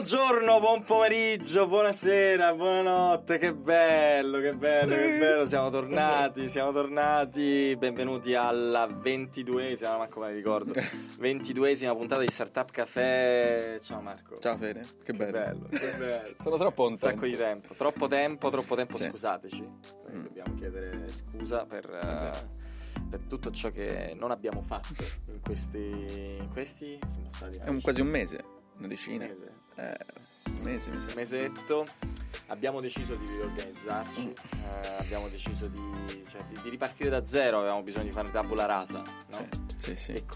Buongiorno, buon pomeriggio, buonasera, buonanotte, che bello, che bello, sì. Che bello, siamo tornati, benvenuti alla 22esima, manco me ne ricordo, 22esima puntata di Startup Café. Ciao Marco. Ciao Fede, che bello. Sono troppo contento. Un sacco di tempo, troppo tempo, sì. Scusateci, dobbiamo chiedere scusa per tutto ciò che non abbiamo fatto in questi sono passati quasi un mese, una decina. Un mesetto. Abbiamo deciso di riorganizzarci, abbiamo deciso di ripartire da zero, avevamo bisogno di fare tabula rasa, no? Sì. E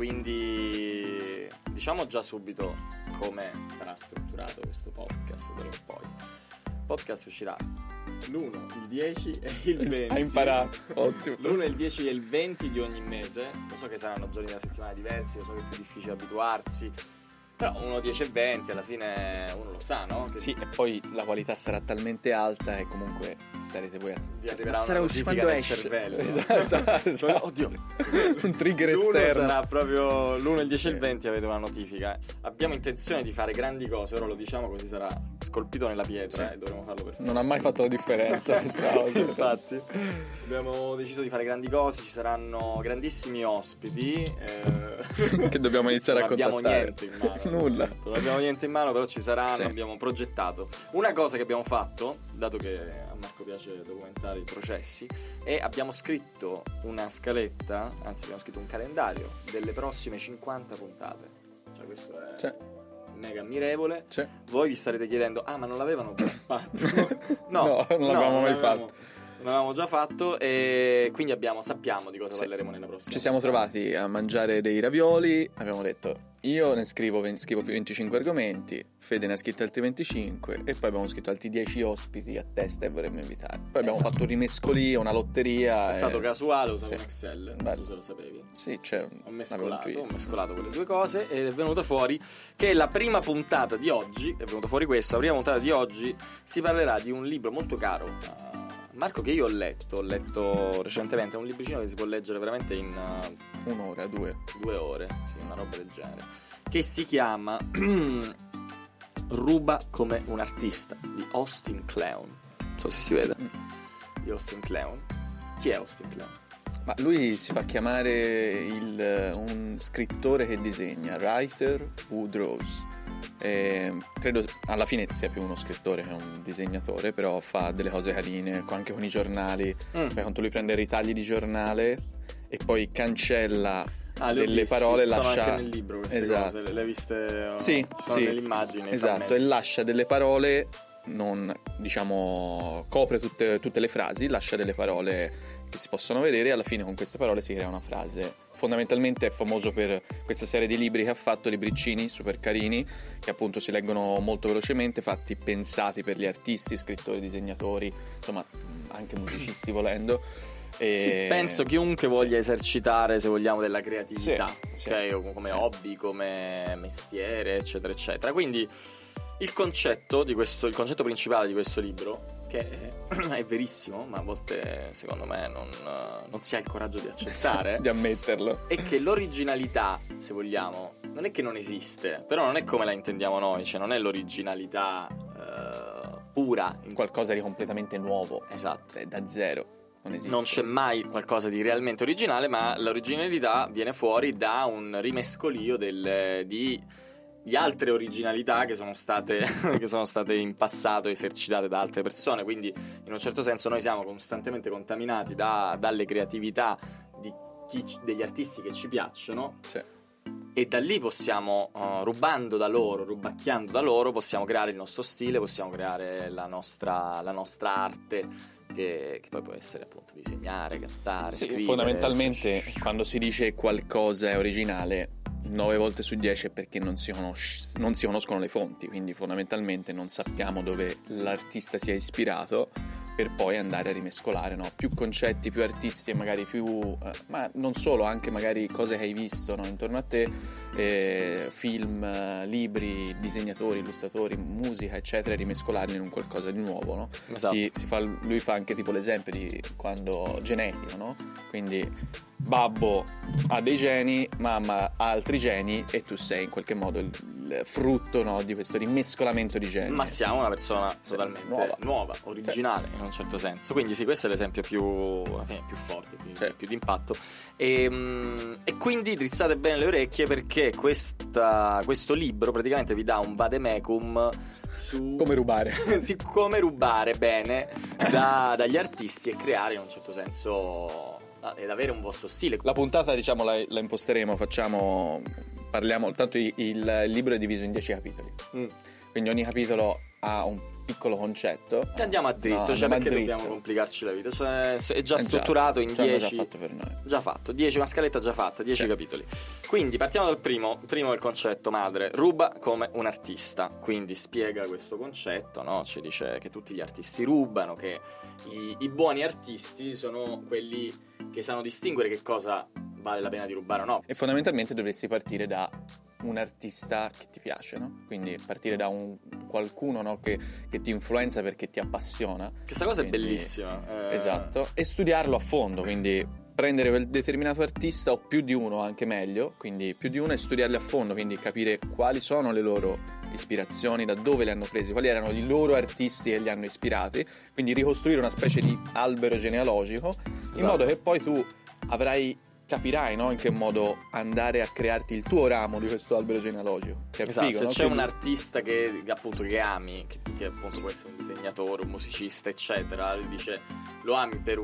quindi diciamo già subito come sarà strutturato questo podcast d'ora in poi. Il podcast uscirà l'1, il 10 e il 20. Hai imparato, ottimo. L'1, il 10 e il 20 di ogni mese. Lo so che saranno giorni della settimana diversi, lo so che è più difficile abituarsi, però 1, 10 e 20 alla fine uno lo sa, no? Che sì, e poi la qualità sarà talmente alta e comunque sarete voi vi arriverà una notifica nel cervello. Esatto. Oddio, un trigger esterno. esterno. Sarà proprio l'1, il 10 e il 20 avete una notifica. Abbiamo intenzione di fare grandi cose, ora lo diciamo così sarà scolpito nella pietra, e dovremo farlo per forza. Non ha mai fatto la differenza questa cosa. Infatti abbiamo deciso di fare grandi cose, ci saranno grandissimi ospiti che dobbiamo iniziare a contattare. Non abbiamo niente in mano. Nulla. Non abbiamo niente in mano, però ci saranno, abbiamo progettato. Una cosa che abbiamo fatto, dato che a Marco piace documentare i processi, e abbiamo scritto una scaletta, anzi abbiamo scritto un calendario delle prossime 50 puntate. Cioè questo è mega ammirevole. Voi vi starete chiedendo, ma non l'avevano già fatto? No, non l'avevamo mai fatto. L'avevamo già fatto e quindi sappiamo di cosa parleremo nella prossima. Ci siamo trovati a mangiare dei ravioli, abbiamo detto io ne scrivo 25 argomenti, Fede ne ha scritto altri 25 e poi abbiamo scritto altri 10 ospiti a testa e vorremmo invitare. Poi abbiamo fatto un rimescolio, una lotteria. È stato casuale, usavo un Excel, non so se lo sapevi. Sì, c'è ho mescolato quelle due cose ed è venuto fuori che la prima puntata di oggi, la prima puntata di oggi si parlerà di un libro molto caro Marco, che io ho letto recentemente, è un libricino che si può leggere veramente in un'ora, 2 ore, sì, una roba del genere, che si chiama Ruba come un artista di Austin Kleon. Non so se si vede. Di Austin Kleon. Chi è Austin Kleon? Ma lui si fa chiamare un scrittore che disegna, writer who draws. Credo alla fine sia più uno scrittore che un disegnatore, però fa delle cose carine anche con i giornali. Quando lui prende ritagli di giornale e poi cancella delle parole, sono lascia anche nel libro queste cose, le hai viste? Sì, sono nell'immagine, esatto, e lascia delle parole, non diciamo copre tutte le frasi, lascia delle parole che si possono vedere e alla fine con queste parole si crea una frase. Fondamentalmente è famoso per questa serie di libri che ha fatto, libricini super carini che appunto si leggono molto velocemente, pensati per gli artisti, scrittori, disegnatori, insomma anche musicisti volendo. Sì, penso chiunque voglia esercitare, se vogliamo, della creatività, come hobby, come mestiere, eccetera eccetera. Quindi il concetto principale di questo libro, che è verissimo, ma a volte secondo me non si ha il coraggio di accettare di ammetterlo, è che l'originalità, se vogliamo, non è che non esiste, però non è come la intendiamo noi, cioè non è l'originalità pura, in qualcosa di completamente nuovo, esatto, da zero. Non c'è mai qualcosa di realmente originale, ma l'originalità viene fuori da un rimescolio di altre originalità che sono state in passato esercitate da altre persone. Quindi in un certo senso noi siamo costantemente contaminati dalle creatività degli artisti che ci piacciono, e da lì possiamo, rubacchiando da loro, possiamo creare il nostro stile, possiamo creare la nostra arte, che poi può essere appunto disegnare, cantare, scrivere. Fondamentalmente quando si dice qualcosa è originale, 9 volte su 10 è perché non si conoscono le fonti, quindi fondamentalmente non sappiamo dove l'artista si è ispirato per poi andare a rimescolare, no? Più concetti, più artisti e magari più ma non solo, anche magari cose che hai visto, no? Intorno a te, film, libri, disegnatori, illustratori, musica eccetera, e rimescolarli in un qualcosa di nuovo, no? Esatto. Lui fa anche tipo l'esempio di quando genetico, no? Quindi babbo ha dei geni, mamma ha altri geni e tu sei in qualche modo il frutto, no, di questo rimescolamento di geni. Ma siamo una persona totalmente nuova, originale, in un certo senso. Quindi sì, questo è l'esempio più forte, più di impatto. E quindi drizzate bene le orecchie, perché questo libro praticamente vi dà un vademecum su come rubare sì, come rubare bene dagli artisti e creare in un certo senso ed avere un vostro stile. La puntata, diciamo, la imposteremo, parliamo, tanto il libro è diviso in 10 capitoli, quindi ogni capitolo ha un piccolo concetto. Andiamo a dritto, perché dobbiamo complicarci la vita? È già strutturato in 10. Già fatto per noi. Già fatto, 10, una scaletta già fatta, 10 capitoli. Quindi partiamo dal primo è il concetto madre: ruba come un artista. Quindi spiega questo concetto, no? Ci dice che tutti gli artisti rubano, che i buoni artisti sono quelli che sanno distinguere che cosa vale la pena di rubare o no. E fondamentalmente dovresti partire da un artista che ti piace, no? Quindi partire da qualcuno, no, che ti influenza perché ti appassiona. Questa cosa è bellissima. Esatto. E studiarlo a fondo, quindi prendere quel determinato artista, o più di uno anche meglio, quindi più di uno, e studiarli a fondo, quindi capire quali sono le loro ispirazioni, da dove le hanno presi, quali erano i loro artisti che li hanno ispirati, quindi ricostruire una specie di albero genealogico, in modo che poi tu capirai, no, in che modo andare a crearti il tuo ramo di questo albero genealogico. Che è figo, se no? c'è un artista che ami, che appunto può essere un disegnatore, un musicista, eccetera, lui dice lo ami per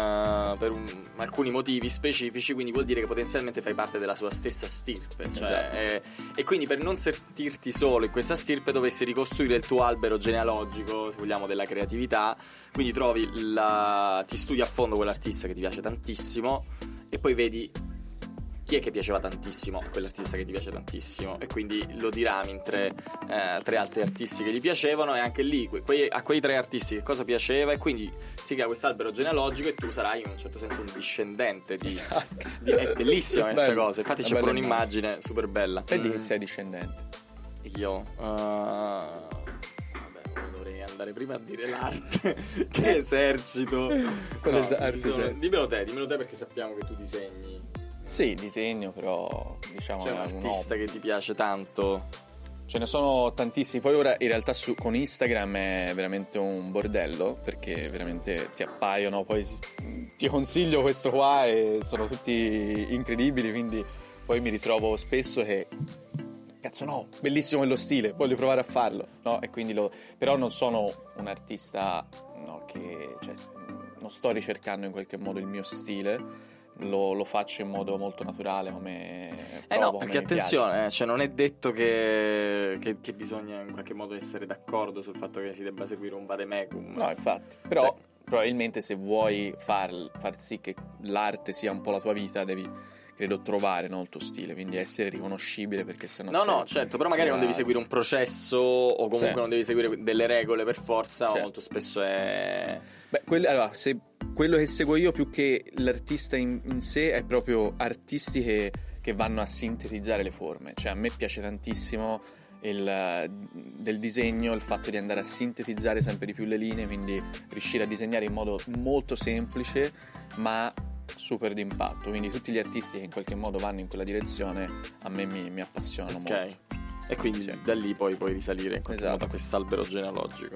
alcuni motivi specifici, quindi vuol dire che potenzialmente fai parte della sua stessa stirpe, e quindi per non sentirti solo in questa stirpe dovresti ricostruire il tuo albero genealogico, se vogliamo, della creatività. Quindi ti studi a fondo quell'artista che ti piace tantissimo e poi vedi chi è che piaceva tantissimo a quell'artista che ti piace tantissimo, e quindi lo dirami in tre altri artisti che gli piacevano, e anche lì a quei 3 artisti che cosa piaceva, e quindi si crea quest'albero genealogico e tu sarai in un certo senso un discendente di... È bellissima questa cosa, infatti c'è pure un'immagine super bella. E di che sei discendente? Io dovrei andare prima a dire l'arte che esercito. Dimmelo te perché sappiamo che tu disegni. Sì, disegno, però diciamo c'è un artista che ti piace tanto? Ce ne sono tantissimi. Poi ora in realtà con Instagram è veramente un bordello, perché veramente ti appaiono, poi ti consiglio questo qua e sono tutti incredibili, quindi poi mi ritrovo spesso che cazzo no, bellissimo quello stile, voglio provare a farlo, no? E quindi però non sono un artista, no, non sto ricercando in qualche modo il mio stile. Lo faccio in modo molto naturale, come provo, no, perché attenzione, cioè non è detto che bisogna in qualche modo essere d'accordo sul fatto che si debba seguire un vademecum. No, infatti, però probabilmente se vuoi far sì che l'arte sia un po' la tua vita, devi, credo, trovare, no, il tuo stile, quindi essere riconoscibile, perché sennò no, certo, però magari non devi seguire un processo, o comunque non devi seguire delle regole per forza, o molto spesso è... allora, se quello che seguo io, più che l'artista in sé, è proprio artisti che vanno a sintetizzare le forme. Cioè a me piace tantissimo del disegno il fatto di andare a sintetizzare sempre di più le linee, quindi riuscire a disegnare in modo molto semplice ma super d'impatto. Quindi tutti gli artisti che in qualche modo vanno in quella direzione a me mi appassionano molto. E quindi da lì poi puoi risalire in qualche modo a quest'albero genealogico.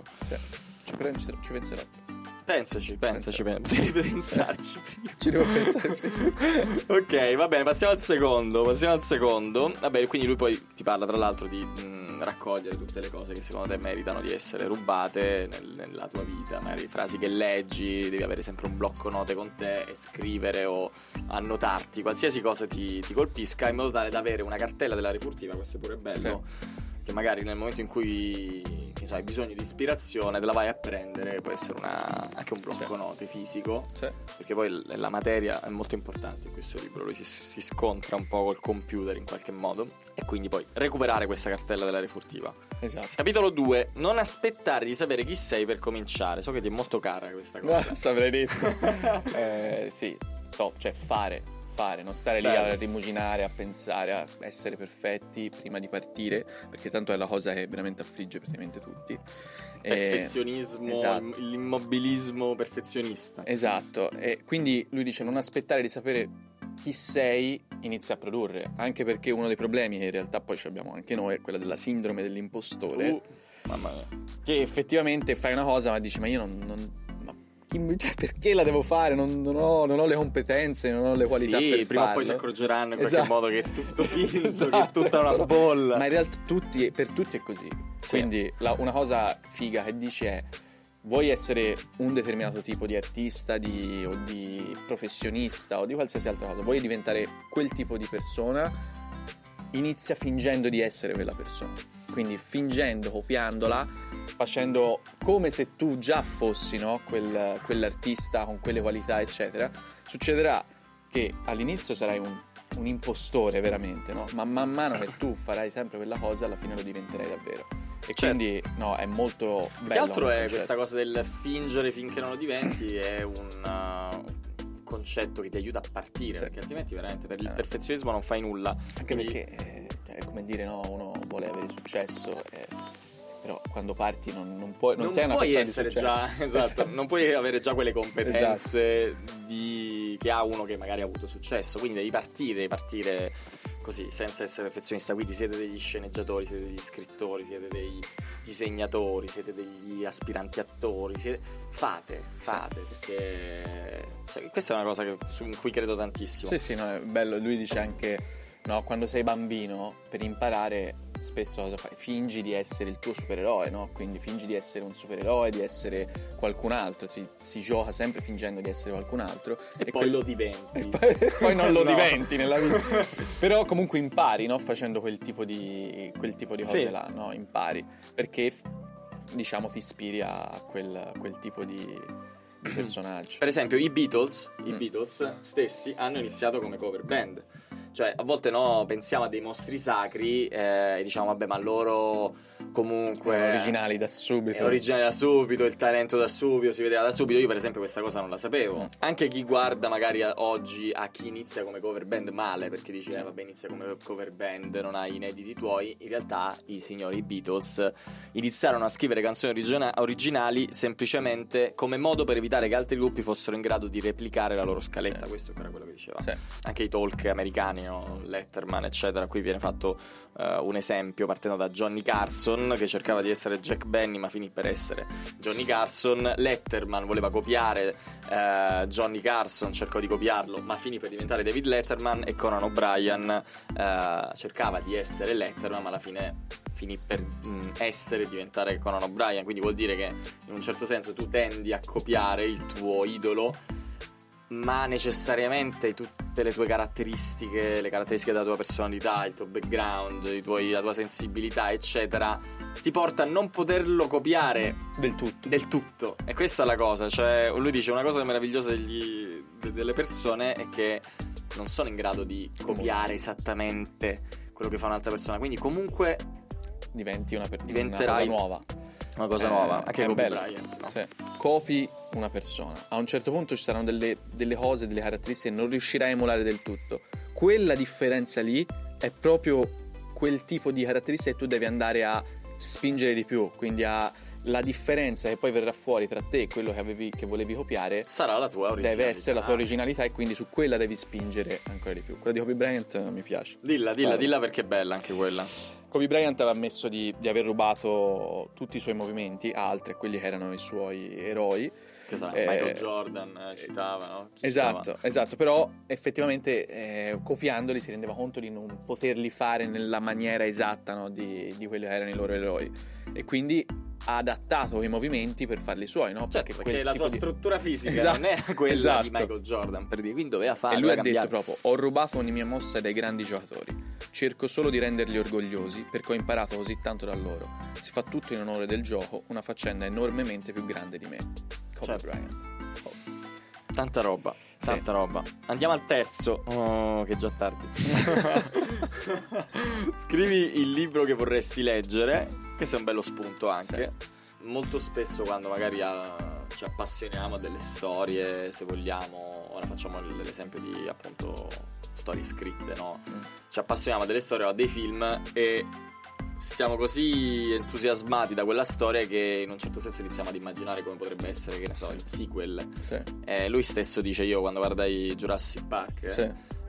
Ci penserò. Pensaci, devi pensarci prima. Ci devo pensare prima. Ok, va bene, passiamo al secondo. Vabbè, quindi lui poi ti parla tra l'altro di raccogliere tutte le cose che secondo te meritano di essere rubate nella tua vita, magari frasi che leggi, devi avere sempre un blocco note con te e scrivere o annotarti qualsiasi cosa ti colpisca, in modo tale da avere una cartella della refurtiva. Questo è pure bello, che magari nel momento in cui hai bisogno di ispirazione te la vai a prendere, può essere anche un blocco note fisico, perché poi la materia è molto importante in questo libro. Lui si scontra un po' col computer in qualche modo, e quindi poi recuperare questa cartella della refurtiva. Capitolo 2: non aspettare di sapere chi sei per cominciare. So che ti è molto cara questa cosa. Avrei detto. Sì, cioè fare, non stare lì a rimuginare, a pensare, a essere perfetti prima di partire, perché tanto è la cosa che veramente affligge praticamente tutti. Perfezionismo, l'immobilismo perfezionista. Esatto, e quindi lui dice non aspettare di sapere chi sei inizia a produrre, anche perché uno dei problemi che in realtà poi ci abbiamo anche noi è quella della sindrome dell'impostore, mamma mia. che effettivamente fai una cosa ma dici ma io cioè, perché la devo fare? Non ho le competenze, non ho le qualità per prima farlo. o poi si accorgeranno in qualche modo che è tutto finto, Esatto, che è tutta una bolla. Ma in realtà per tutti è così. Quindi una cosa figa che dici è: vuoi essere un determinato tipo di artista, o di professionista o di qualsiasi altra cosa, vuoi diventare quel tipo di persona, inizia fingendo di essere quella persona. Quindi fingendo, copiandola, facendo come se tu già fossi, no? quell'artista con quelle qualità, eccetera. Succederà che all'inizio sarai un impostore veramente, no? Ma man mano che tu farai sempre quella cosa, alla fine lo diventerai davvero. E quindi no, è molto bello. Che altro è questa cosa del fingere finché non lo diventi, è un concetto che ti aiuta a partire, perché altrimenti veramente per il perfezionismo non fai nulla. Anche perché è come dire, no, uno vuole avere successo, però quando parti non sei una puoi persona essere di successo. già esatto, non puoi avere già quelle competenze che ha uno che magari ha avuto successo, quindi devi partire così, senza essere perfezionista. Quindi siete degli sceneggiatori, siete degli scrittori, siete dei disegnatori, siete degli aspiranti attori, fate perché questa è una cosa in cui credo tantissimo. Sì, no, è bello. Lui dice anche, no, quando sei bambino, per imparare spesso cosa fai? Fingi di essere il tuo supereroe, no? Quindi fingi di essere un supereroe, di essere qualcun altro, si gioca sempre fingendo di essere qualcun altro e poi lo diventi. E poi non lo diventi nella vita. Però comunque impari, no? Facendo quel tipo di cose là, no? Impari, perché diciamo ti ispiri a quel tipo di personaggio. Per esempio i Beatles stessi hanno iniziato come cover band. Cioè, a volte pensiamo a dei mostri sacri e diciamo, vabbè, ma loro comunque originali da subito, il talento da subito, si vedeva da subito. Io per esempio questa cosa non la sapevo. Anche chi guarda magari oggi a chi inizia come cover band male, perché dice vabbè, inizia come cover band, non hai inediti tuoi. In realtà i signori Beatles iniziarono a scrivere canzoni originali semplicemente come modo per evitare che altri gruppi fossero in grado di replicare la loro scaletta. Questo era quello che diceva. Anche i talk americani, no? Letterman eccetera, qui viene fatto un esempio partendo da Johnny Carson, che cercava di essere Jack Benny ma finì per essere Johnny Carson. Letterman voleva copiare Johnny Carson, cercò di copiarlo ma finì per diventare David Letterman, e Conan O'Brien cercava di essere Letterman ma alla fine finì per essere e diventare Conan O'Brien. Quindi vuol dire che in un certo senso tu tendi a copiare il tuo idolo, ma necessariamente tutte le tue caratteristiche, le caratteristiche della tua personalità, il tuo background, la tua sensibilità eccetera, ti porta a non poterlo copiare del tutto. E questa è la cosa. Cioè, lui dice una cosa meravigliosa delle persone è che non sono in grado di copiare esattamente quello che fa un'altra persona, quindi comunque diventerai una cosa nuova. Anche Kobe Bryant, no? Copi una persona, a un certo punto ci saranno delle cose, delle caratteristiche che non riuscirai a emulare del tutto. Quella differenza lì è proprio quel tipo di caratteristica che tu devi andare a spingere di più, quindi la differenza che poi verrà fuori tra te e quello che volevi copiare sarà la tua originalità, deve essere la tua originalità, e quindi su quella devi spingere ancora di più. Quella di Kobe Bryant mi piace. Dilla perché è bella anche quella. Kobe Bryant aveva ammesso di aver rubato tutti i suoi movimenti a altri, quelli che erano i suoi eroi. Che sarà Michael Jordan citava, no? Esatto, però effettivamente copiandoli si rendeva conto di non poterli fare nella maniera esatta, no? di quelli che erano i loro eroi, e quindi ha adattato i movimenti per farli suoi, no? Perché la sua struttura fisica non è quella di Michael Jordan, per dire, quindi doveva farlo. E lui ha detto proprio: ho rubato ogni mia mossa dai grandi giocatori, cerco solo di renderli orgogliosi perché ho imparato così tanto da loro, si fa tutto in onore del gioco, una faccenda enormemente più grande di me. Kobe Bryant. Tanta roba. Andiamo al terzo. Oh, che è già tardi. Scrivi il libro che vorresti leggere. Questo è un bello spunto anche. Molto spesso quando magari ci appassioniamo a delle storie, se vogliamo, ora facciamo l'esempio di appunto storie scritte, no? Ci appassioniamo a delle storie o a dei film e siamo così entusiasmati da quella storia che in un certo senso iniziamo ad immaginare come potrebbe essere, che ne so, il sequel. Lui stesso dice: io quando guardai Jurassic Park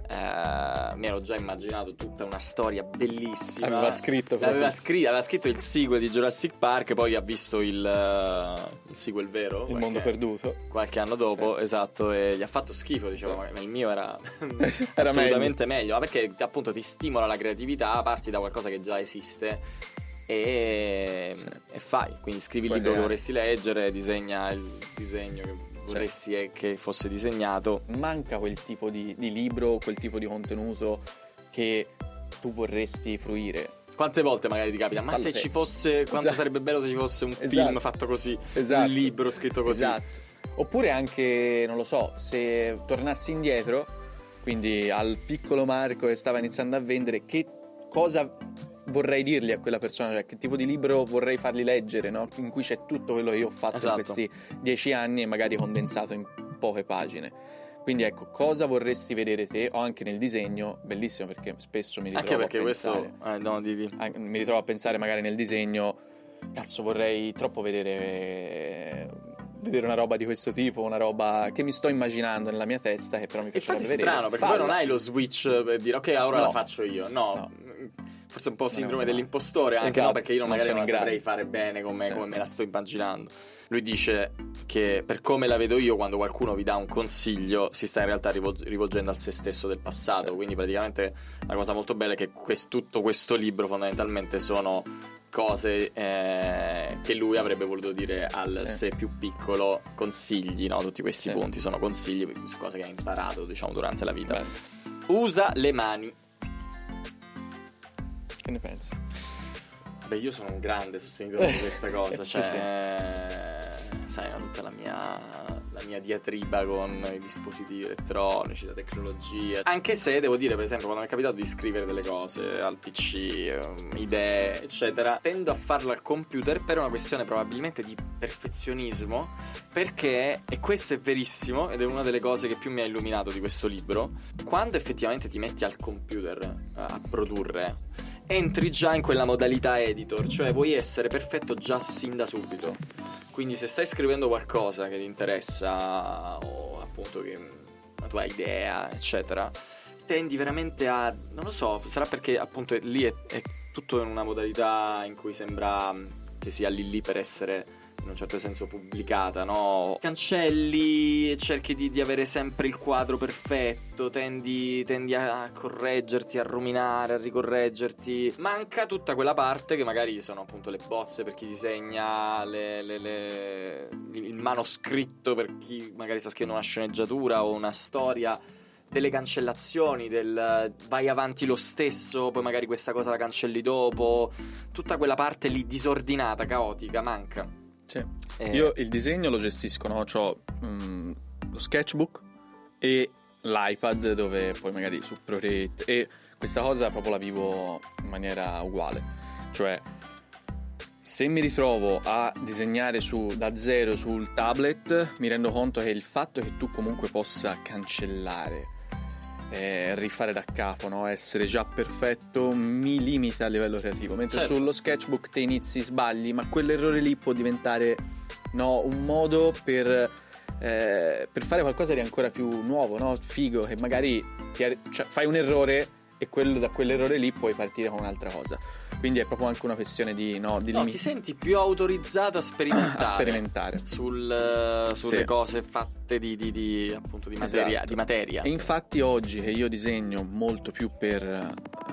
mi ero già immaginato tutta una storia bellissima. Aveva scritto il sequel di Jurassic Park, poi ha visto il sequel vero, Il mondo perduto, qualche anno dopo, esatto, e gli ha fatto schifo, dicevo, ma il mio era era assolutamente meglio, ma perché appunto ti stimola la creatività, parti da qualcosa che già esiste e fai, quindi scrivi il libro che vorresti leggere, disegna il disegno che vorresti che fosse disegnato. Manca quel tipo di libro, quel tipo di contenuto che tu vorresti fruire. Quante volte magari ti capita, ma se ci fosse, quanto sarebbe bello se ci fosse un film fatto così, un libro scritto così. Oppure anche, non lo so, se tornassi indietro, quindi al piccolo Marco che stava iniziando a vendere, che cosa vorrei dirgli a quella persona, cioè che tipo di libro vorrei fargli leggere, no? In cui c'è tutto quello che io ho fatto in questi 10 anni e magari condensato in poche pagine. Quindi ecco, cosa vorresti vedere te, o anche nel disegno, bellissimo, perché spesso mi ritrovo a pensare, mi ritrovo a pensare magari nel disegno, cazzo, vorrei troppo vedere una roba di questo tipo, una roba che mi sto immaginando nella mia testa, che però mi piacerebbe vedere. Infatti è strano, perché poi non hai lo switch per dire ok, ora la faccio io, no. Forse un po' sindrome dell'impostore anche, no, perché io magari non la saprei fare bene come me la sto immaginando. Lui dice che per come la vedo io, quando qualcuno vi dà un consiglio si sta in realtà rivolgendo al se stesso del passato, quindi praticamente la cosa molto bella è che tutto questo libro fondamentalmente sono cose che lui avrebbe voluto dire al sé più piccolo, consigli, no? Tutti questi punti sono consigli su cose che ha imparato, diciamo, durante la vita. Usa le mani. Che ne pensi? Beh, io sono un grande sostenitore di questa cosa, cioè sai, tutta la mia diatriba con i dispositivi elettronici, la tecnologia. Anche se devo dire, per esempio, quando mi è capitato di scrivere delle cose al PC, idee, eccetera, tendo a farlo al computer per una questione probabilmente di perfezionismo, perché, e questo è verissimo ed è una delle cose che più mi ha illuminato di questo libro, quando effettivamente ti metti al computer a produrre, entri già in quella modalità editor, cioè vuoi essere perfetto già sin da subito. Quindi se stai scrivendo qualcosa che ti interessa o appunto che una tua idea, eccetera, tendi veramente a, non lo so, sarà perché appunto lì è tutto in una modalità in cui sembra che sia lì per essere in un certo senso pubblicata, no? Cancelli, cerchi di avere sempre il quadro perfetto, tendi a correggerti, a ruminare, a ricorreggerti. Manca tutta quella parte che magari sono appunto le bozze per chi disegna, il manoscritto per chi magari sta scrivendo una sceneggiatura o una storia, delle cancellazioni, del vai avanti lo stesso, poi magari questa cosa la cancelli dopo. Tutta quella parte lì disordinata, caotica, manca. Io il disegno lo gestisco, no? C'ho lo sketchbook e l'iPad dove poi magari su ProRate, e questa cosa proprio la vivo in maniera uguale. Cioè, se mi ritrovo a disegnare da zero sul tablet, mi rendo conto che il fatto che tu comunque possa cancellare, rifare da capo, no? Essere già perfetto mi limita a livello creativo, mentre sullo sketchbook te inizi, sbagli, ma quell'errore lì può diventare, no, un modo per fare qualcosa di ancora più nuovo, no? Figo, che magari fai un errore e da quell'errore lì puoi partire con un'altra cosa. Quindi è proprio anche una questione di ti senti più autorizzato a sperimentare, sulle cose fatte di appunto di materia, di materia. E infatti oggi che io disegno molto più per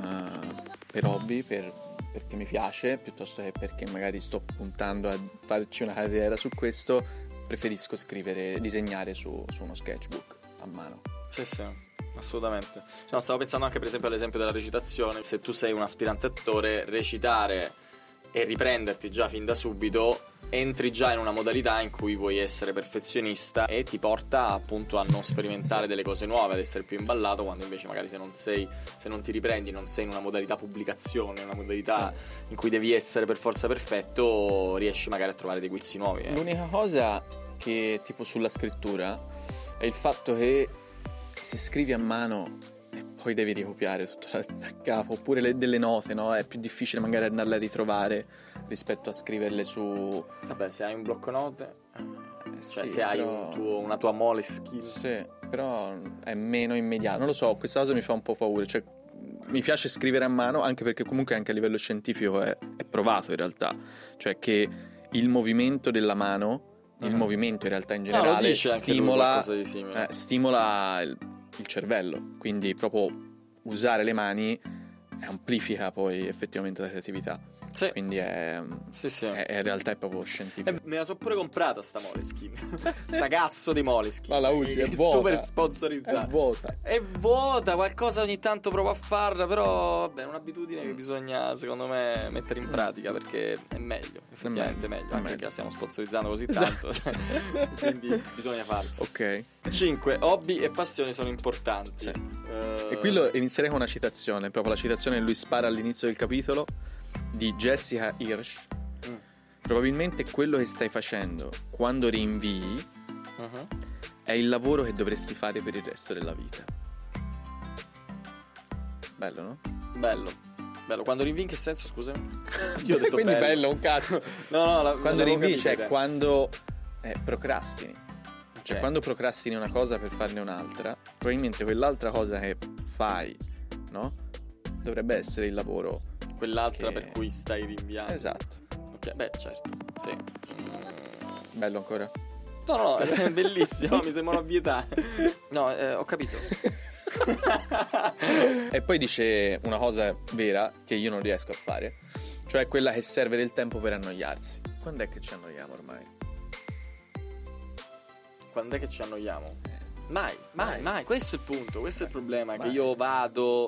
hobby, perché mi piace, piuttosto che perché magari sto puntando a farci una carriera su questo, preferisco disegnare su uno sketchbook a mano. Sì. Assolutamente. Stavo pensando anche per esempio all'esempio della recitazione. Se tu sei un aspirante attore, recitare e riprenderti già fin da subito, entri già in una modalità in cui vuoi essere perfezionista e ti porta appunto a non sperimentare delle cose nuove, ad essere più imballato, quando invece magari se non ti riprendi, non sei in una modalità pubblicazione, una modalità in cui devi essere per forza perfetto, riesci magari a trovare dei guizzi nuovi. L'unica cosa che tipo sulla scrittura è il fatto che se scrivi a mano e poi devi ricopiare tutto da capo, oppure delle note, no? È più difficile magari andarle a ritrovare rispetto a scriverle su... Vabbè, se hai un blocco note... Cioè, sì, se hai però... una tua Moleskine. Sì, però è meno immediato. Non lo so, questa cosa mi fa un po' paura. Cioè, mi piace scrivere a mano, anche perché comunque anche a livello scientifico è provato in realtà. Cioè che il movimento della mano, il movimento in realtà in generale, lo dice anche lui qualcosa di simile. Stimola il cervello. Quindi proprio usare le mani amplifica poi effettivamente la creatività. Sì. Quindi sì. In realtà è proprio scientifico. Me la so pure comprata sta Moleskine. Sta cazzo di Moleskine. Ma la usi, è vuota. Super sponsorizzata. È vuota, qualcosa ogni tanto provo a farla, però vabbè, è un'abitudine che bisogna secondo me mettere in pratica, perché è meglio, effettivamente è meglio, anche perché la stiamo sponsorizzando così tanto. Quindi bisogna farlo. Ok. 5. Hobby e passioni sono importanti. Sì. E qui lo inizierei con una citazione, proprio la citazione che lui spara all'inizio del capitolo di Jessica Hirsch. Probabilmente quello che stai facendo quando rinvii è il lavoro che dovresti fare per il resto della vita. Bello, no? Bello. Quando rinvii in che senso, scusami? Io ho detto quindi bello un cazzo. No, quando rinvii, cioè quando procrastini. Cioè Okay. quando procrastini una cosa per farne un'altra, probabilmente quell'altra cosa che fai, no? Dovrebbe essere il lavoro. Quell'altra per cui stai rinviando. Esatto. Ok, beh, certo, sì. Bello ancora? No, è bellissimo, mi sembra una vietà. No, ho capito. E poi dice una cosa vera che io non riesco a fare, cioè quella che serve del tempo per annoiarsi. Quando è che ci annoiamo ormai? Quando è che ci annoiamo? Mai. Questo è il punto, questo è il problema. Mai. Che io vado,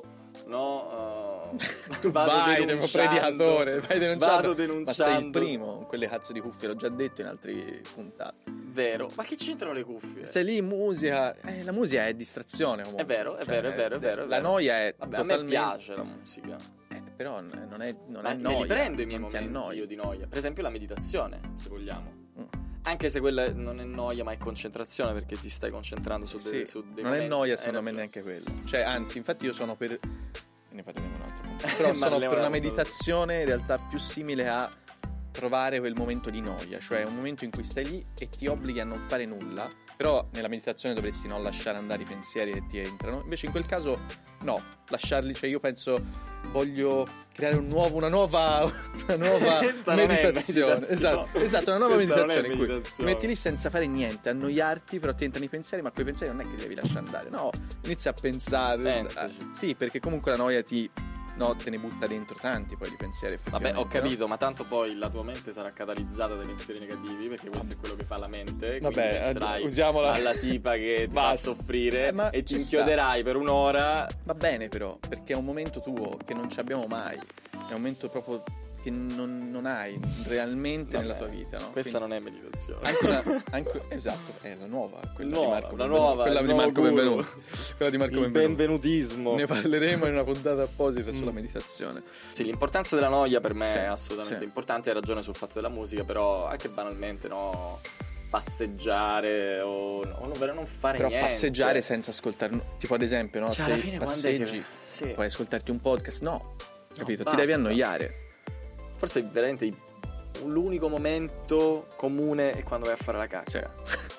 no? Tu vado vai, denunciando, predicatore, vai denunciando. Vado denunciando. Ma sei il primo con quelle cazzo di cuffie, l'ho già detto in altri puntati. Vero. Ma che c'entrano le cuffie? Sei lì in musica, la musica è distrazione comunque. È vero. La noia è Vabbè, totalmente... a me piace la musica. Però non è Ma noia. me li prendo i miei non ti momenti annoi. io di noia. Per esempio la meditazione, se vogliamo. Anche se quella non è noia, ma è concentrazione, perché ti stai concentrando su dei non momenti. è noia secondo me neanche quello. Cioè, anzi, infatti io sono per... Ne parleremo un altro punto. Però sono per una meditazione in realtà più simile a trovare quel momento di noia. Cioè un momento in cui stai lì e ti obblighi a non fare nulla. Però nella meditazione dovresti non lasciare andare i pensieri che ti entrano. Invece in quel caso no, lasciarli. Cioè io penso voglio creare una nuova meditazione. Esatto, una nuova meditazione in cui ti metti lì senza fare niente, annoiarti, però ti entrano i pensieri, ma quei pensieri non è che li devi lasciare andare. No, inizia a pensare. Pensaci. Sì, perché comunque la noia te ne butta dentro tanti poi di pensieri effettivamente. Vabbè, ho capito, no? Ma tanto poi la tua mente sarà catalizzata dai pensieri negativi, perché questo è quello che fa la mente. Vabbè, penserai usiamola alla tipa che ti fa soffrire e ti inchioderai per un'ora. Va bene però, perché è un momento tuo che non ci abbiamo mai. È un momento proprio che non hai realmente nella tua vita, no? Questa non è meditazione. Esatto, è la nuova, quella di Marco Benvenuto. Quella di Marco il benvenutismo. Ne parleremo in una puntata apposita sulla meditazione. Sì, l'importanza della noia per me è assolutamente importante. Hai ragione sul fatto della musica, però anche banalmente, no? Passeggiare o non fare però niente. Passeggiare senza ascoltare, tipo ad esempio, no? Cioè, se passeggi puoi ascoltarti un podcast, capito? Ti basta. devi annoiare. Forse veramente l'unico momento comune è quando vai a fare la cacca.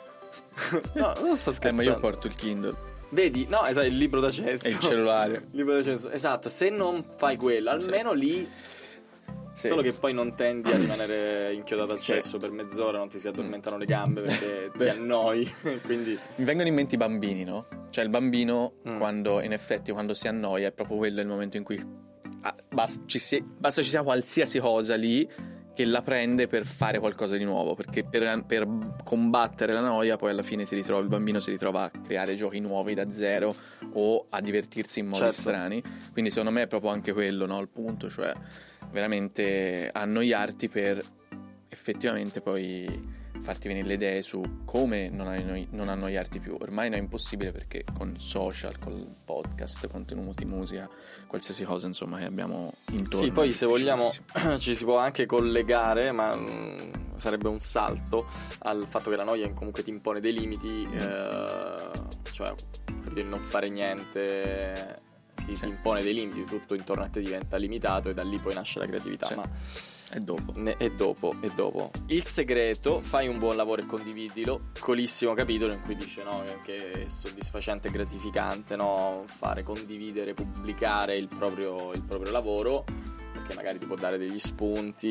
No, non sto scherzando. Ma io porto il Kindle. Vedi? No, esatto, il libro d'accesso. E il cellulare. Il libro d'accesso. Esatto, se non fai quello, almeno lì. Sì. Solo che poi non tendi a rimanere inchiodato al cesso per mezz'ora, non ti si addormentano le gambe perché ti annoi. Quindi mi vengono in mente i bambini, no? Cioè il bambino quando si annoia è proprio quello il momento in cui basta ci sia qualsiasi cosa lì che la prende per fare qualcosa di nuovo, perché per combattere la noia poi alla fine il bambino si ritrova a creare giochi nuovi da zero o a divertirsi in modi strani. Quindi secondo me è proprio anche quello, no? Il punto, cioè veramente annoiarti per effettivamente poi farti venire le idee su come non annoiarti più. Ormai non è impossibile, perché con social, con podcast, contenuti, musica, qualsiasi cosa insomma che abbiamo intorno. Sì, poi se vogliamo ci si può anche collegare, ma sarebbe un salto al fatto che la noia comunque ti impone dei limiti, cioè il non fare niente ti impone dei limiti, tutto intorno a te diventa limitato e da lì poi nasce la creatività. Ma è dopo. È dopo. Il segreto: fai un buon lavoro e condividilo. Piccolissimo capitolo in cui dice, no, che è soddisfacente e gratificante, no, condividere, pubblicare il proprio lavoro, perché magari ti può dare degli spunti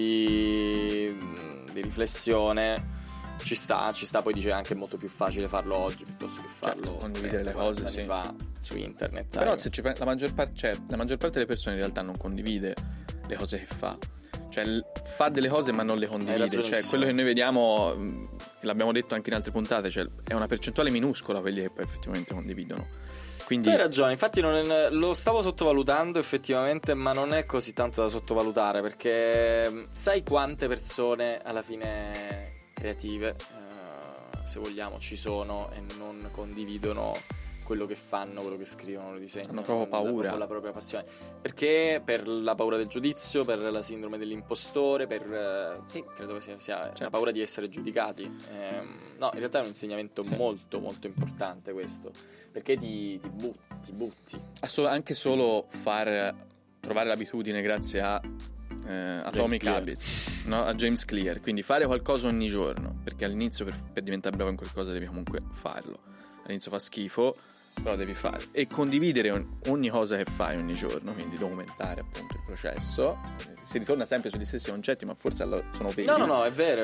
di riflessione. Ci sta, poi dice anche è molto più facile farlo oggi piuttosto che farlo condividere le cose anni fa su internet. Però se la maggior parte delle persone in realtà non condivide le cose che fa. Cioè fa delle cose ma non le condivide. Cioè quello che noi vediamo, che l'abbiamo detto anche in altre puntate, cioè è una percentuale minuscola quelli che poi effettivamente condividono. Quindi... Tu hai ragione, infatti lo stavo sottovalutando effettivamente, ma non è così tanto da sottovalutare, perché sai quante persone alla fine creative, se vogliamo, ci sono e non condividono quello che fanno, quello che scrivono, lo disegnano. Hanno proprio paura. Con la propria passione. Perché per la paura del giudizio, per la sindrome dell'impostore, sì, credo che sia la paura di essere giudicati. No, in realtà è un insegnamento molto molto importante questo, perché ti butti. Anche solo trovare l'abitudine grazie a Atomic Habits, no? A James Clear. Quindi fare qualcosa ogni giorno, perché all'inizio per diventare bravo in qualcosa devi comunque farlo. All'inizio fa schifo, però devi fare. E condividere ogni cosa che fai ogni giorno, quindi documentare appunto il processo. Si ritorna sempre sugli stessi concetti, ma forse sono veri. No, è vero,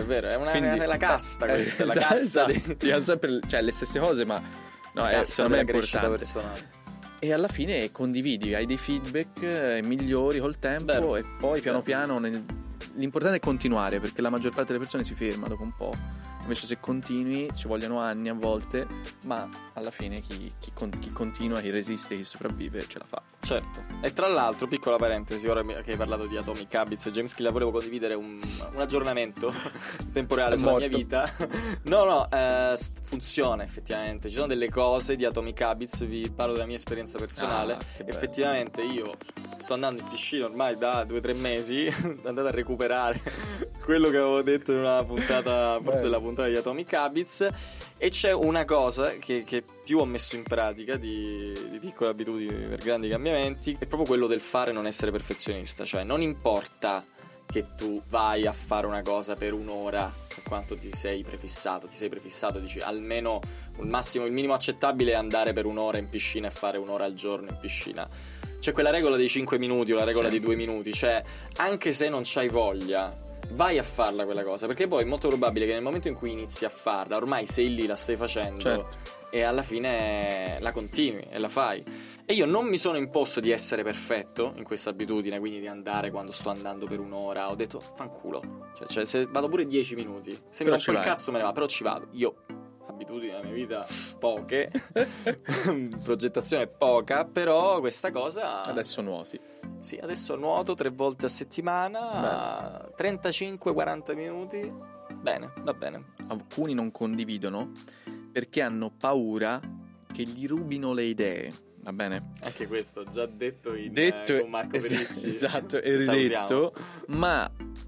è la casta questa, la cassa sempre, cioè le stesse cose, ma no, è secondo me è importante. Personale. E alla fine condividi, hai dei feedback migliori col tempo. E poi piano piano l'importante è continuare, perché la maggior parte delle persone si ferma dopo un po'. Invece se continui ci vogliono anni a volte, ma alla fine chi continua, chi resiste, chi sopravvive ce la fa. Certo. E tra l'altro, piccola parentesi, ora che hai parlato di Atomic Habits e James Clear, volevo condividere un aggiornamento temporale sulla mia vita. No, funziona effettivamente. Ci sono delle cose di Atomic Habits, vi parlo della mia esperienza personale. Effettivamente io sto andando in piscina ormai da 2-3 mesi, andate a recuperare quello che avevo detto in una puntata, forse la puntata di Atomic Habits, e c'è una cosa che più ho messo in pratica di piccole abitudini per grandi cambiamenti, è proprio quello del fare, non essere perfezionista. Cioè non importa che tu vai a fare una cosa per un'ora, per quanto ti sei prefissato, dici almeno il minimo accettabile è andare per un'ora in piscina e fare un'ora al giorno in piscina. C'è quella regola dei 5 minuti o la regola di 2 minuti, cioè anche se non c'hai voglia, vai a farla quella cosa, perché poi è molto probabile che nel momento in cui inizi a farla, ormai sei lì, la stai facendo, e alla fine la continui e la fai. E io non mi sono imposto di essere perfetto in questa abitudine, quindi di andare quando sto andando per un'ora. Ho detto fanculo, cioè se vado pure 10 minuti, se mi rompo il cazzo me ne va, però ci vado. Io abitudini nella mia vita poche, progettazione poca, però questa cosa... Adesso nuoti. Sì, adesso nuoto 3 volte a settimana, 35-40 minuti, bene, va bene. Alcuni non condividono perché hanno paura che gli rubino le idee, va bene? Anche questo, già detto con Marco Pericci. Esatto, è ridetto, ma...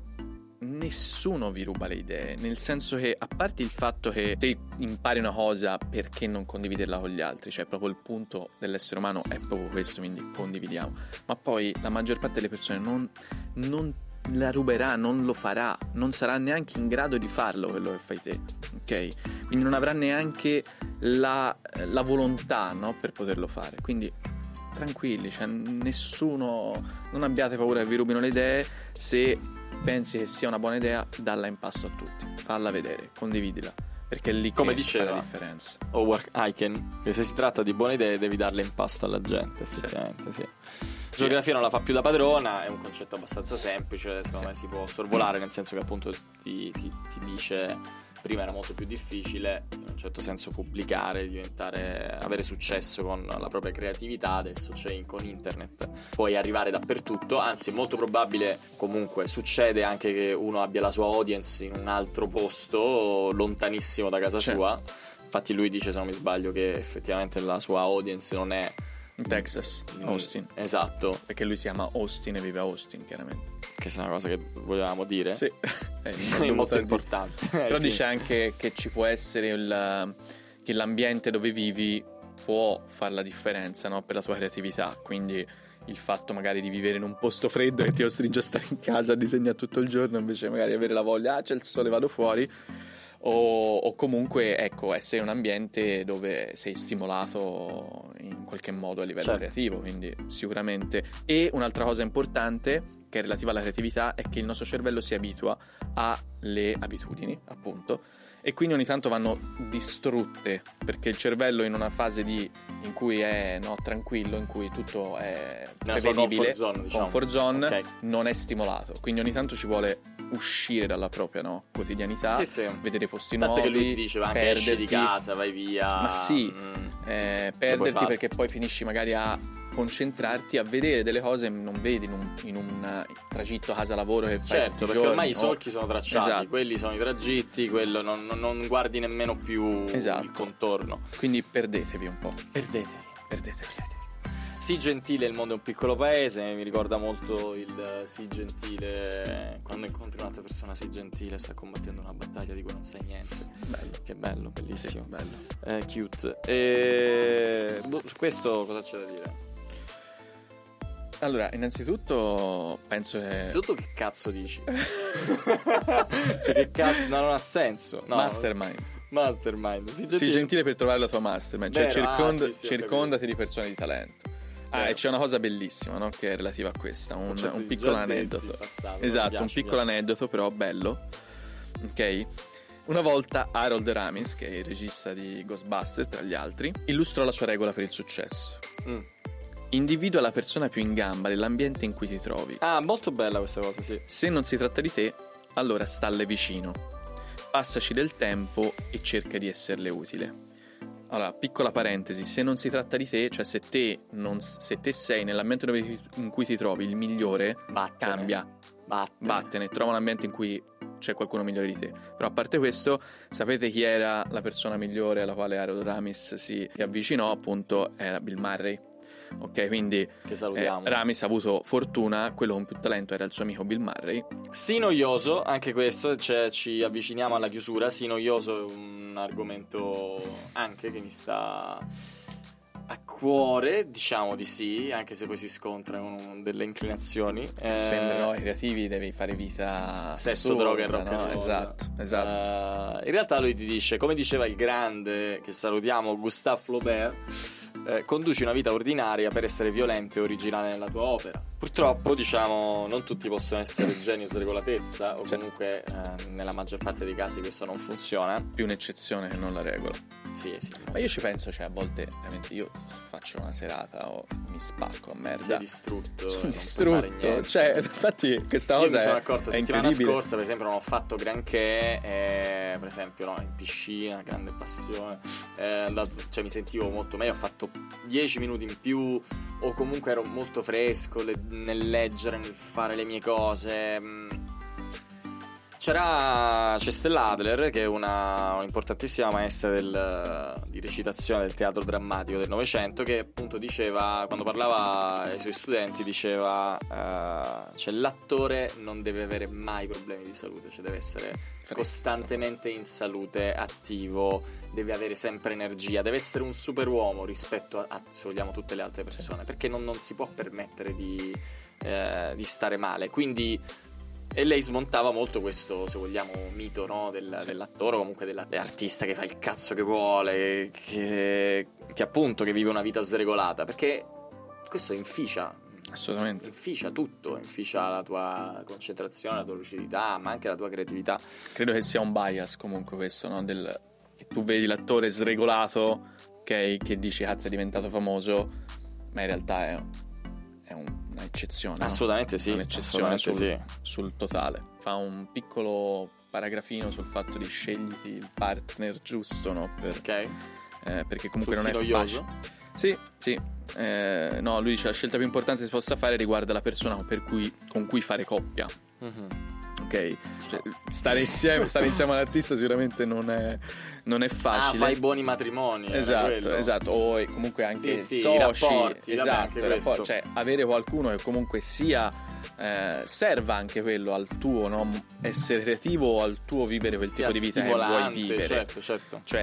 nessuno vi ruba le idee, nel senso che, a parte il fatto che te impari una cosa, perché non condividerla con gli altri? Cioè proprio il punto dell'essere umano è proprio questo, quindi condividiamo. Ma poi la maggior parte delle persone non la ruberà, non lo farà, non sarà neanche in grado di farlo quello che fai te, ok? Quindi non avrà neanche la volontà, no, per poterlo fare. Quindi tranquilli, cioè nessuno, non abbiate paura che vi rubino le idee. Se pensi che sia una buona idea, dalla in pasto a tutti, falla vedere, condividila, perché è lì come che diceva fa la differenza. Howard Aiken, che se si tratta di buone idee devi darle in pasto alla gente, effettivamente sì. Geografia non la fa più da padrona, è un concetto abbastanza semplice, secondo me si può sorvolare, nel senso che appunto ti dice prima era molto più difficile in un certo senso pubblicare, avere successo con la propria creatività. Adesso con internet puoi arrivare dappertutto, anzi è molto probabile, comunque succede anche che uno abbia la sua audience in un altro posto lontanissimo da casa sua. Infatti lui dice, se non mi sbaglio, che effettivamente la sua audience non è in Texas, Austin. Esatto, perché lui si chiama Austin e vive a Austin, chiaramente. Che è una cosa che volevamo dire. Sì, è molto importante. Però dice anche che ci può essere che l'ambiente dove vivi può fare la differenza, no? Per la tua creatività. Quindi il fatto magari di vivere in un posto freddo che ti costringe a stare in casa a disegnare tutto il giorno, invece magari avere la voglia, c'è il sole, vado fuori, o comunque ecco, essere in un ambiente dove sei stimolato in qualche modo a livello creativo, quindi sicuramente. E un'altra cosa importante che è relativa alla creatività è che il nostro cervello si abitua alle abitudini, appunto, e quindi ogni tanto vanno distrutte, perché il cervello in una fase in cui è tranquillo, in cui tutto è prevedibile, comfort zone, okay, non è stimolato, quindi ogni tanto ci vuole uscire dalla propria quotidianità, vedere posti nuovi, che lui ti diceva anche esci di casa, vai via, ma sì, perderti, perché poi finisci magari a concentrarti a vedere delle cose che non vedi in un tragitto casa-lavoro che fai tutti i perché giorni, ormai i solchi sono tracciati, esatto, quelli sono i tragitti, quello non guardi nemmeno più, esatto, il contorno, quindi perdetevi un po', perdetevi. Sii gentile, il mondo è un piccolo paese, mi ricorda molto il sii gentile, quando incontri un'altra persona sii gentile, sta combattendo una battaglia di cui non sai niente. Bello. Che bello, bellissimo, sì, bello. Cute. Su questo cosa c'è da dire? Allora, innanzitutto penso che... Innanzitutto che cazzo dici? Cioè che cazzo... No, non ha senso. No. Mastermind. Sii gentile per trovare la tua mastermind. Cioè circondati di persone di talento. E c'è una cosa bellissima, no? Che è relativa a questa, un piccolo aneddoto. Esatto, un piccolo aneddoto, però bello. Ok? Una volta Harold Ramis, che è il regista di Ghostbusters tra gli altri, illustrò la sua regola per il successo. Individua la persona più in gamba dell'ambiente in cui ti trovi. Ah, molto bella questa cosa, sì. Se non si tratta di te, allora stalle vicino. Passaci del tempo e cerca di esserle utile. Allora, piccola parentesi, se non si tratta di te, cioè se te sei nell'ambiente in cui ti trovi il migliore, cambia. Vattene, trova un ambiente in cui c'è qualcuno migliore di te. Però a parte questo, sapete chi era la persona migliore alla quale Harold Ramis si avvicinò? Appunto, era Bill Murray. Ok, quindi che salutiamo. Ramis ha avuto fortuna, quello con più talento era il suo amico Bill Murray. Sì, noioso, anche questo, cioè ci avviciniamo alla chiusura. Sì, noioso è un argomento anche che mi sta a cuore, diciamo di sì, anche se poi si scontra con delle inclinazioni. Sembrano ai creativi devi fare vita sesso, assurda, droga e rock and roll. Esatto. In realtà lui ti dice, come diceva il grande, che salutiamo, Gustave Flaubert, conduci una vita ordinaria per essere violento e originale nella tua opera. Purtroppo, diciamo, non tutti possono essere geni o sregolatezza, o comunque nella maggior parte dei casi questo non funziona. Più un'eccezione che non la regola. Sì. Ma io ci penso, cioè a volte veramente io faccio una serata o mi spacco a merda. Sei distrutto. Sono distrutto. Cioè, infatti questa cosa io mi sono accorto settimana scorsa, per esempio, non ho fatto granché, per esempio, in piscina, grande passione. Cioè mi sentivo molto meglio, ho fatto 10 minuti in più, o comunque ero molto fresco nel leggere, nel fare le mie cose. C'è Stella Adler, che è un'importantissima maestra di recitazione del teatro drammatico del Novecento, che appunto diceva, quando parlava ai suoi studenti, diceva cioè l'attore non deve avere mai problemi di salute, cioè deve essere costantemente in salute, attivo, deve avere sempre energia, deve essere un superuomo rispetto a se vogliamo, tutte le altre persone, perché non si può permettere di stare male. Quindi e lei smontava molto questo, se vogliamo, mito, no? Dell'attore o comunque dell'artista che fa il cazzo che vuole, che appunto che vive una vita sregolata, perché questo inficia. Assolutamente. Inficia tutto, inficia la tua concentrazione, la tua lucidità, ma anche la tua creatività. Credo che sia un bias comunque questo, no? Che tu vedi l'attore sregolato, okay, che dici cazzo è diventato famoso, ma in realtà è un'eccezione. Assolutamente, no? Sì. Un'eccezione sul totale. Fa un piccolo paragrafino sul fatto di scegliti il partner giusto, no? Perché comunque non è noioso. Sì. No, lui dice la scelta più importante che si possa fare riguarda la persona con cui fare coppia. Ok, cioè, stare insieme all'artista sicuramente non è facile. Fai buoni matrimoni. Esatto. O comunque anche soci, i rapporti. Esatto, cioè avere qualcuno che comunque sia serva anche quello al tuo, no? Essere creativo, al tuo vivere quel tipo di vita che vuoi vivere. Certo. Cioè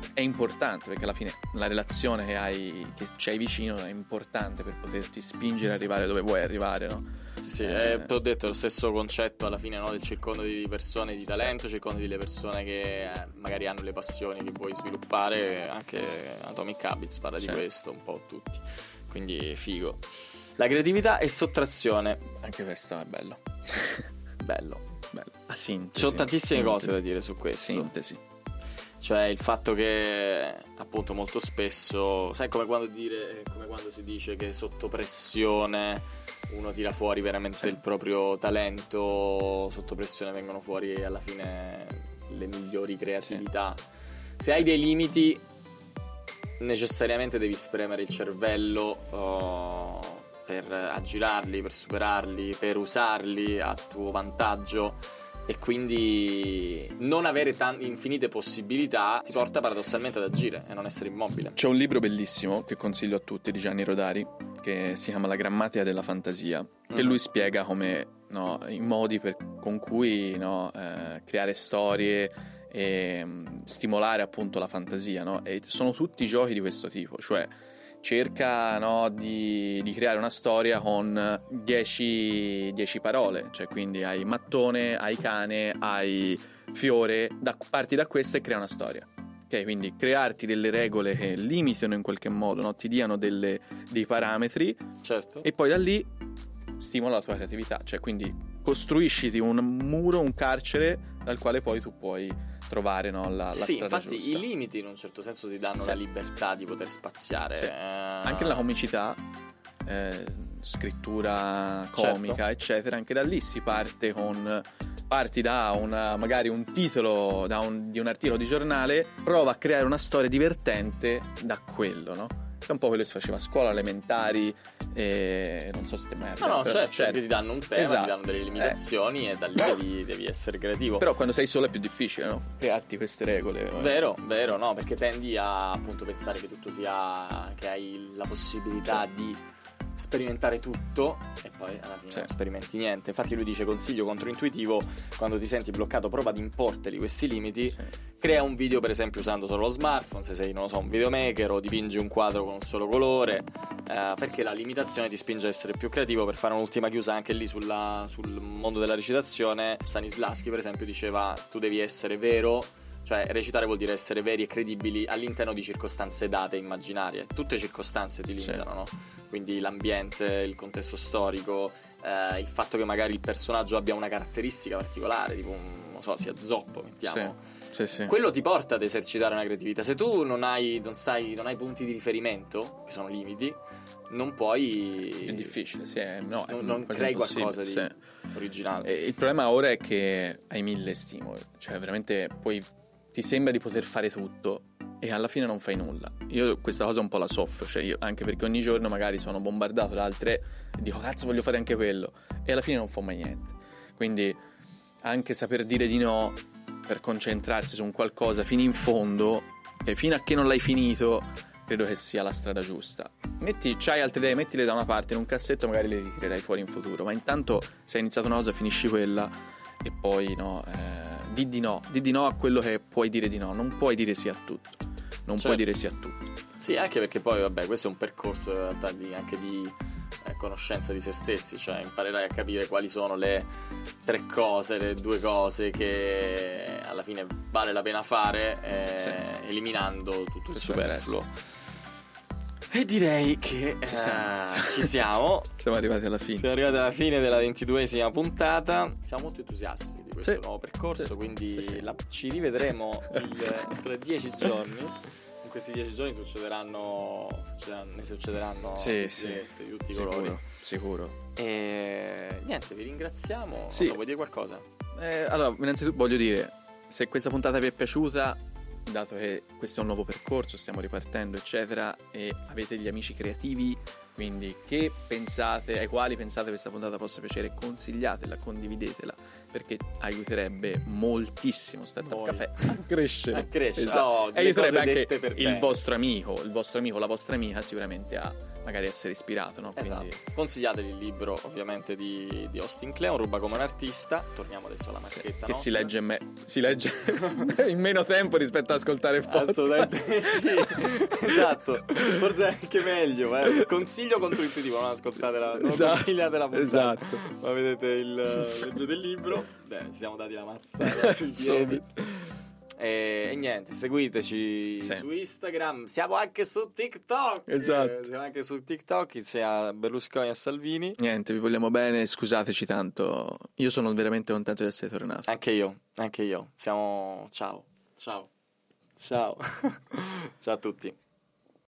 è importante, perché alla fine la relazione che c'hai vicino è importante per poterti spingere ad arrivare dove vuoi arrivare, no? Sì, ho detto lo stesso concetto alla fine, no, del circondario di persone di talento, circondario delle persone che magari hanno le passioni che vuoi sviluppare. Anche Atomic Habits parla di questo, un po' tutti, quindi figo. La creatività e sottrazione, anche questo è bello. bello. La sintesi. Ci sono tantissime cose da dire su questo. Sintesi. Cioè il fatto che appunto molto spesso, sai, come quando si dice che sotto pressione uno tira fuori veramente il proprio talento, sotto pressione vengono fuori alla fine le migliori creatività. Se hai dei limiti necessariamente devi spremere il cervello per aggirarli, per superarli, per usarli a tuo vantaggio, e quindi non avere infinite possibilità ti porta paradossalmente ad agire e non essere immobile. C'è un libro bellissimo che consiglio a tutti di Gianni Rodari che si chiama La grammatica della fantasia, che lui spiega come, no, i modi con cui, no, creare storie e stimolare appunto la fantasia, no? E sono tutti giochi di questo tipo, cioè cerca, no, di creare una storia con 10 parole, cioè quindi hai mattone, hai cane, hai fiore, parti da questa e crea una storia. Ok, quindi crearti delle regole che limitano in qualche modo, no? Ti diano dei parametri, certo, e poi da lì stimola la tua creatività, cioè quindi costruisciti un muro, un carcere dal quale poi tu puoi trovare, no, la strada infatti giusta. I limiti in un certo senso ti danno la libertà di poter spaziare, anche nella comicità, scrittura comica, eccetera, anche da lì si parti da magari un titolo di un articolo di giornale, prova a creare una storia divertente da quello, no? È un po' quello che si faceva a scuola, elementari, non so se ti è mai arrivato. No, certo, ti danno un tema, esatto, ti danno delle limitazioni e da lì devi essere creativo. Però quando sei solo è più difficile, no? Crearti queste regole. Vero, no, perché tendi a appunto pensare che tutto che hai la possibilità di sperimentare tutto e poi alla fine non sperimenti niente. Infatti lui dice: consiglio controintuitivo, quando ti senti bloccato prova ad importeli questi limiti, crea un video per esempio usando solo lo smartphone, se sei, non lo so, un videomaker, o dipingi un quadro con un solo colore, perché la limitazione ti spinge a essere più creativo. Per fare un'ultima chiusa anche lì sul mondo della recitazione, Stanislavski per esempio diceva: tu devi essere vero. Cioè recitare vuol dire essere veri e credibili all'interno di circostanze date, immaginarie. Tutte circostanze ti limitano, no? Quindi l'ambiente, il contesto storico, il fatto che magari il personaggio abbia una caratteristica particolare, tipo non so, sia zoppo, mettiamo. Sì. Quello ti porta ad esercitare una creatività. Se tu non hai punti di riferimento, che sono limiti, non puoi. È difficile, non crei qualcosa di originale. E il problema ora è che hai 1000 stimoli, cioè veramente ti sembra di poter fare tutto e alla fine non fai nulla. Io questa cosa un po' la soffro, cioè anche perché ogni giorno magari sono bombardato da altre e dico cazzo voglio fare anche quello, e alla fine non fa mai niente. Quindi anche saper dire di no per concentrarsi su un qualcosa fino in fondo, e fino a che non l'hai finito, credo che sia la strada giusta. C'hai altre idee, mettile da una parte in un cassetto, magari le ritirerai fuori in futuro, ma intanto se hai iniziato una cosa finisci quella e poi di di no a quello che puoi dire di no. Non puoi dire sì a tutto, puoi dire sì a tutto. Sì, anche perché poi vabbè, questo è un percorso in realtà anche di conoscenza di se stessi, cioè imparerai a capire quali sono le 3 cose, le 2 cose che alla fine vale la pena fare, eliminando tutto il superfluo. E direi che ci siamo. Siamo arrivati alla fine. Siamo arrivati alla fine della 22esima puntata. Siamo molto entusiasti di questo nuovo percorso, quindi ci rivedremo tra 10 giorni. In questi 10 giorni ne succederanno di tutti i colori. Sicuro. E niente, vi ringraziamo. Non so, vuoi dire qualcosa? Allora, innanzitutto voglio dire, se questa puntata vi è piaciuta, dato che questo è un nuovo percorso, stiamo ripartendo eccetera, e avete degli amici creativi quindi ai quali pensate questa puntata possa piacere, consigliatela, condividetela, perché aiuterebbe moltissimo Startup Café a crescere, esatto. E aiuterebbe anche il vostro amico, la vostra amica sicuramente a magari essere ispirato, no? Esatto. Quindi... Consigliatevi il libro ovviamente di Austin Kleon, Ruba come un artista. Torniamo adesso alla marchetta che nostra. si legge in meno tempo rispetto ad ascoltare il podcast. Assolutamente sì. Esatto, forse è anche meglio. Consiglio controintuitivo, non ascoltatela, non consigliate la puntata. Esatto. Ma vedete leggete il libro. Bene, ci siamo dati la mazzata sui piedi. E niente, seguiteci su Instagram. Siamo anche su TikTok. Esatto. Siamo anche su TikTok insieme a Berlusconi e a Salvini. Niente, vi vogliamo bene, scusateci tanto. Io sono veramente contento di essere tornato. Anche io. Ciao. Ciao. Ciao a tutti.